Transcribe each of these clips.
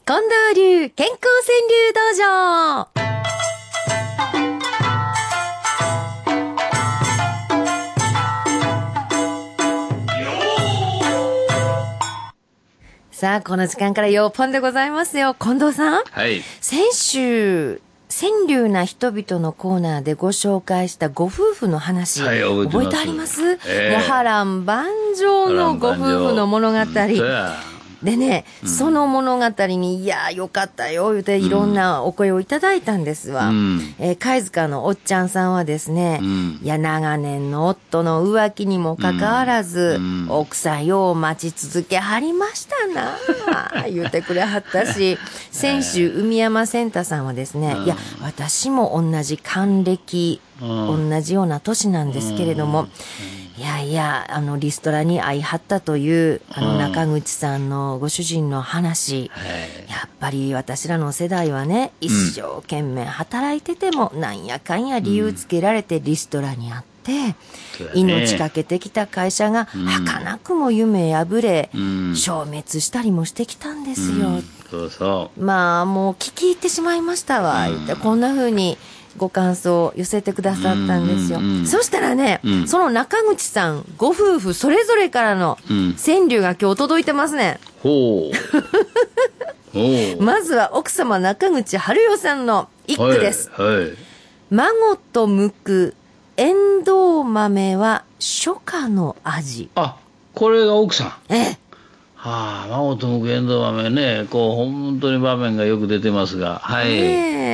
近藤流健康川柳道場。さあ、この時間からよーぽんでございますよ。近藤さん。 はい。 先週、川柳な人々のコーナーでご紹介したご夫婦の話、 はい、 覚えてあります？もう波乱万丈のご夫婦の物語。でね、その物語に、いやーよかったよ、言うていろんなお声をいただいたんですわ。貝塚のおっちゃんさんはですね、いや、長年の夫の浮気にもかかわらず、奥さんよう待ち続けはりましたな言うてくれはったし、先週海山センターさんはですね、いや、私も同じ還暦、同じような年なんですけれども、いやいや、リストラに会いはったという、中口さんのご主人の話、やっぱり私らの世代はね、一生懸命働いてても、なんやかんや理由つけられてリストラにあって、命かけてきた会社が、儚くも夢破れ、消滅したりもしてきたんですよ。 そうそう。 まあ、もう聞き入ってしまいましたわ。こんな風に、ご感想を寄せてくださったんですよ。そしたらね、その中口さんご夫婦それぞれからの川柳が今日届いてますね。 ほう。 まずは奥様中口春代さんの一句です。孫と剥くエンドウ豆は初夏の味。 あ、これが奥さん。 はあ、孫と剥くエンドウ豆ね、こう本当に場面がよく出てますが、はい。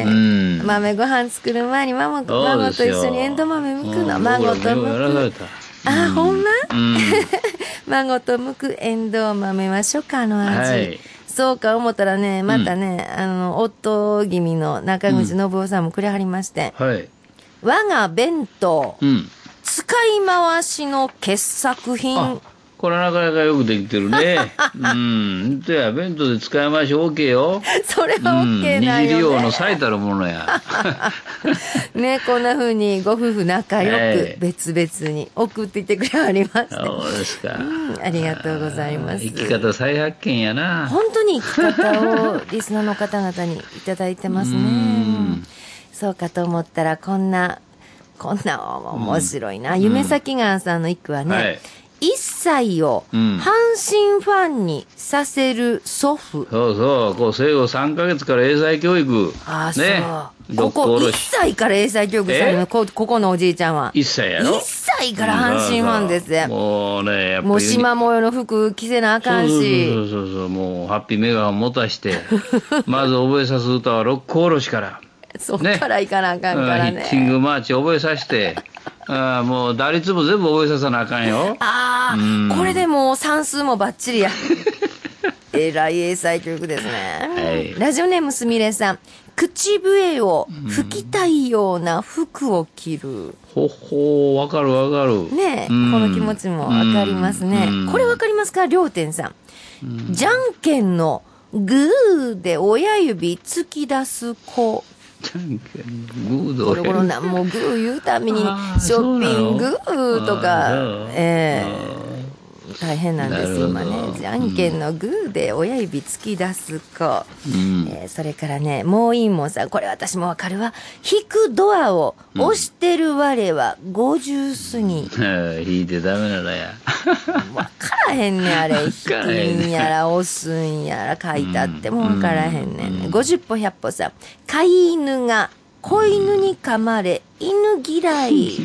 豆ご飯作る前に孫と一緒にエンドウ豆剥くの。孫と剥く。あ、ほんま？孫と剥くエンドウ豆は初夏の味。そうか思ったらね、またね、夫気味の中口信夫さんもくれはりまして。我が弁当、使い回しの傑作品。 これなかなかよくできてるね。弁当で使い回し OK よ。 それは OK なよね。 二次利用の最たるものや。 ね、こんな風にご夫婦仲良く別々に送っていってくれはりまして。 そうですか。 ありがとうございます。 生き方再発見やな。 本当に生き方をリスナーの方々にいただいてますね。そうかと思ったらこんな面白いな。夢咲岩さんの一句はね、1歳を阪神ファンにさせる祖父。 そうそう、こう生後3ヶ月から英才教育。 ね。ここ1歳から英才教育されるの、ここのおじいちゃんは。 1歳やろ？ 1歳から阪神ファンです。 もうね、やっぱり。 もう縞模様の服着せなあかんし。 そう、もうハッピーメガホン持たして、まず覚えさす歌は六甲おろしから。 そっから行かなあかんからね。 ヒッティングマーチ覚えさせて、もう打率も全部覚えさせなあかんよ。 これでもう算数もバッチリや。えらい英才教育ですね。ラジオネームすみれさん。口笛を吹きたいような服を着る。 わかる。 ねえ、この気持ちもわかりますね。これわかりますか？りょうてんさん。じゃんけんのグーで親指突き出す子。ゴロゴロな、もうグー言うためにショッピングとか、大変なんです今ね。じゃんけんのグーで親指突き出す子。それからね、もういいもんさん、これ私もわかるわ。引くドアを押してる我は50過ぎ。 引いてダメなのや。 わからへんねん、あれ。引くんやら押すんやら書いてあってもわからへんねんね。50歩100歩さん。飼い犬が子犬に噛まれ、犬嫌い。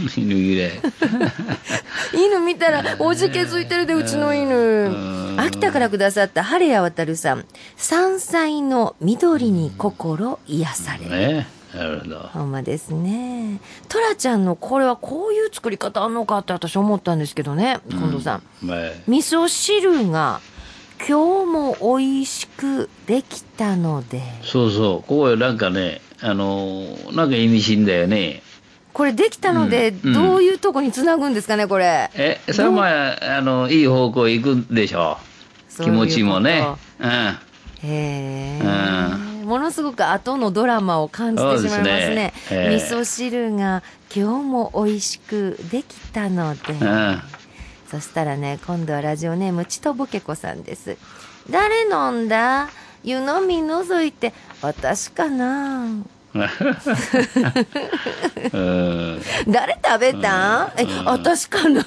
犬見たら、おじけづいてるで、うちの犬。秋田からくださった晴谷渡さん。山菜の緑に心癒され。 なるほど。 ほんまですね。トラちゃんのこれはこういう作り方あんのかって私思ったんですけどね、近藤さん。味噌汁が今日も美味しくできたので。 そう、ここなんかね、なんか意味深だよね。 これできたので、どういうとこにつなぐんですかね、これ。 それもいい方向行くでしょう。気持ちもね。 ものすごく後のドラマを感じてしまいますね。味噌汁が今日も美味しくできたので。そしたらね、今度はラジオネームちとぼけこさんです。誰飲んだ？ 湯飲み除いて私かな。誰食べたん？私かな。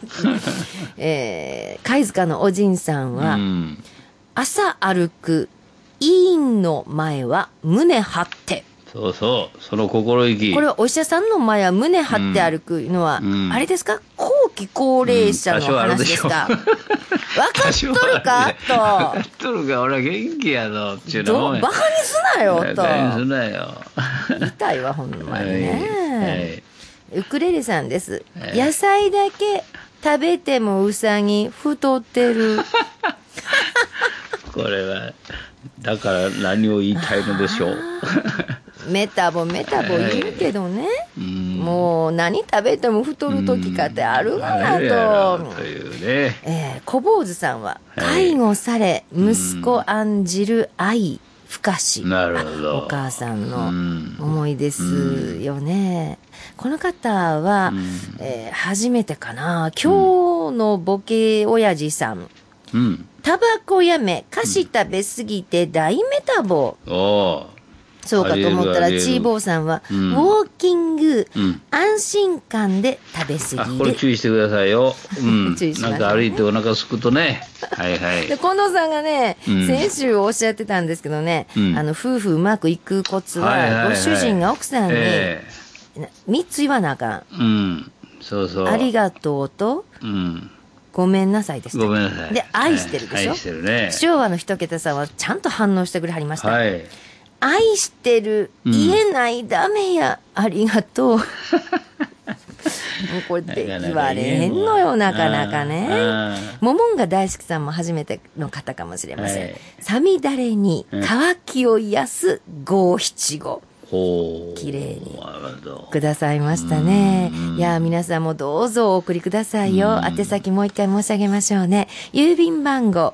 貝塚のおじんさんは、朝歩く委員の前は胸張って。 そうそう、その心意気。 これはお医者さんの前は胸張って歩くのは、あれですか、後期高齢者の話ですか。分かっとるかと。 分かっとるか、俺は元気やぞっていうのも。 バカにすなよと。 バカにすなよ。 痛いわ、ほんまにね。ウクレレさんです。野菜だけ食べてもウサギ太ってる。 これは、だから何を言いたいのでしょう。 メタボ言うけどね、もう何食べても太る時かってあるがなと。いうね。小坊主さんは、介護され息子案じる愛深し。 なるほど。 お母さんの思いですよね。この方は、初めてかな。今日のボケ親父さん。タバコやめ、菓子食べすぎて大メタボ。そうかと思ったら、チーボーさんは、ウォーキング、安心感で食べ過ぎで。 これ注意してくださいよ。注意しますね。なんか歩いてお腹すくとね。はいはい。 で、近藤さんがね、先週おっしゃってたんですけどね、夫婦うまくいくコツは、ご主人が奥さんに、3つ言わなあかん。 そうそう。 ありがとうと、ごめんなさいでした。 ごめんなさい。 で、愛してるでしょ。 愛してるね。 昭和の一桁さんはちゃんと反応してくれはりました。はい。愛してる、言えない、ダメや、ありがとう。もうこれで言われへんのよ、なかなかね。モモンガ大好きさんも初めての方かもしれません。さみだれに渇きを癒す五七五。綺麗にくださいましたね。いや、皆さんもどうぞお送りくださいよ。宛先もう一回申し上げましょうね。郵便番号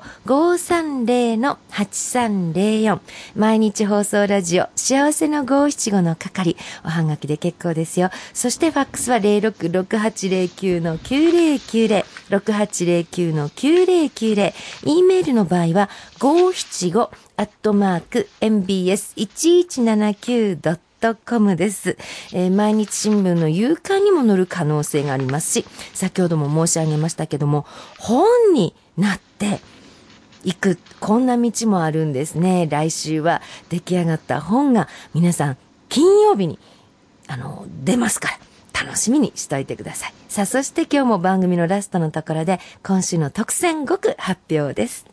530-8304。毎日放送ラジオ幸せの五七五の係。おはがきで結構ですよ。そしてファックスは 066809-9090。6809-9090。E メールの場合は575@mbs1179.com です。毎日新聞の夕刊にも載る可能性がありますし、先ほども申し上げましたけども、本になっていく、こんな道もあるんですね。来週は出来上がった本が皆さん金曜日に出ますから、楽しみにしておいてください。さあ、そして今日も番組のラストのところで今週の特選5句発表です。